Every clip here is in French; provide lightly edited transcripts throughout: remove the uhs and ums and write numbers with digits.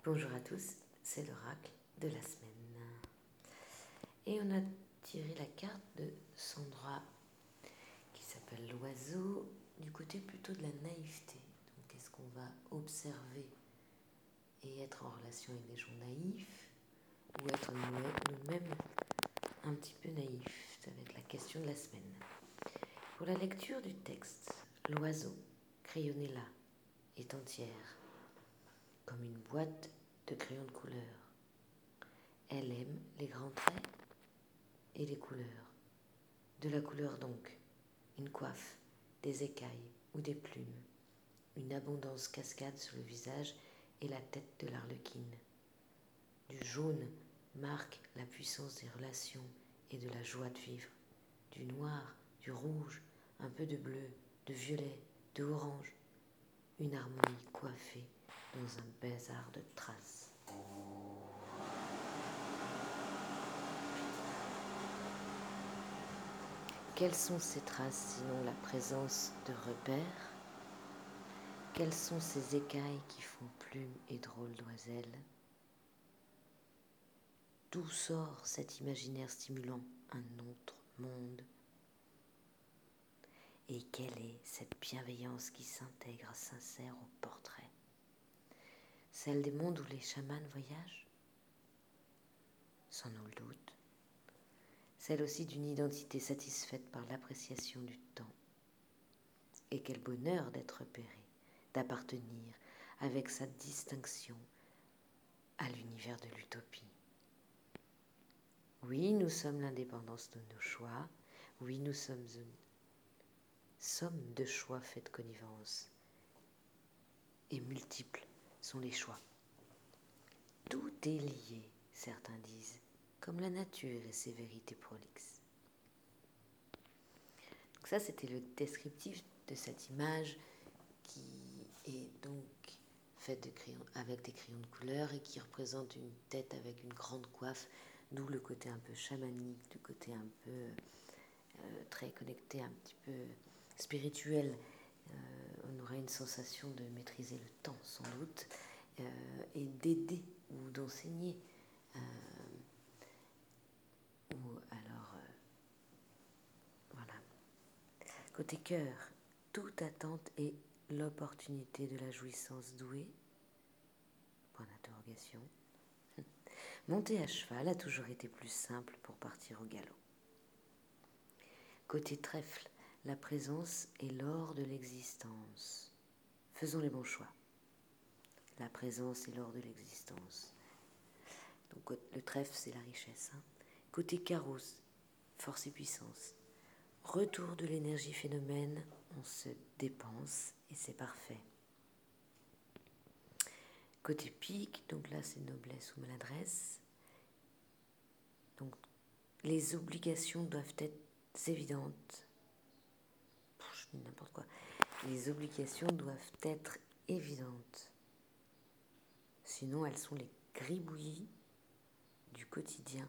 Bonjour à tous, c'est l'oracle de la semaine. Et on a tiré la carte de Sandra qui s'appelle l'oiseau, du côté plutôt de la naïveté. Donc est-ce qu'on va observer et être en relation avec des gens naïfs ou être nous-mêmes un petit peu naïfs? Ça va être la question de la semaine. Pour la lecture du texte, l'oiseau, crayonné là, est entière, comme une boîte de crayons de couleur. Elle aime les grands traits et les couleurs. De la couleur donc, une coiffe, des écailles ou des plumes, une abondance cascade sur le visage et la tête de l'arlequine. Du jaune marque la puissance des relations et de la joie de vivre. Du noir, du rouge, un peu de bleu, de violet, de orange. Une harmonie coiffée dans un bazar de traces. Quelles sont ces traces sinon la présence de repères? Quelles sont ces écailles qui font plumes et drôles d'oiselles? D'où sort cet imaginaire stimulant un autre monde? Et quelle est cette bienveillance qui s'intègre sincère au portrait? Celle des mondes où les chamans voyagent? Sans nul doute. Celle aussi d'une identité satisfaite par l'appréciation du temps. Et quel bonheur d'être repéré, d'appartenir avec sa distinction à l'univers de l'utopie. Oui, nous sommes l'indépendance de nos choix. Oui, nous sommes une somme de choix faits de connivence. Et multiples sont les choix. Tout est lié, certains disent, comme la nature et ses vérités prolixes. Donc ça, c'était le descriptif de cette image qui est donc faite de crayons, avec des crayons de couleur et qui représente une tête avec une grande coiffe, d'où le côté un peu chamanique, du côté un peu très connecté, un petit peu spirituel. On aurait une sensation de maîtriser le temps sans doute et d'aider ou d'enseigner ou alors voilà. Côté cœur, toute attente est l'opportunité de la jouissance douée. Point d'interrogation. Monter à cheval a toujours été plus simple pour partir au galop. Côté trèfle, la présence est l'or de l'existence. Faisons les bons choix. La présence est l'or de l'existence. Donc le trèfle, c'est la richesse. Côté carrosse, force et puissance. Retour de l'énergie phénomène, on se dépense et c'est parfait. Côté pique, donc là c'est noblesse ou maladresse. Donc les obligations doivent être évidentes. Je dis n'importe quoi. Les obligations doivent être évidentes. Sinon elles sont les gribouillis du quotidien.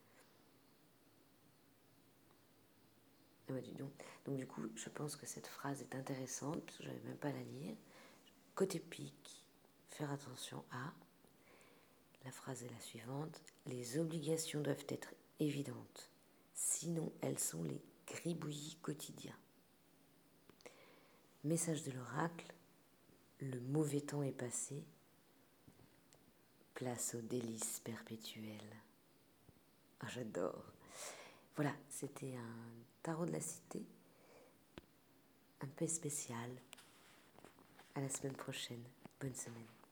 Donc du coup, je pense que cette phrase est intéressante, parce que je n'avais même pas à la lire. Côté pique, faire attention à... La phrase est la suivante. Les obligations doivent être évidentes, sinon elles sont les gribouillis quotidiens. Message de l'oracle, le mauvais temps est passé, place aux délices perpétuelles. Ah, j'adore. Voilà, c'était un tarot de la cité, un peu spécial. À la semaine prochaine. Bonne semaine.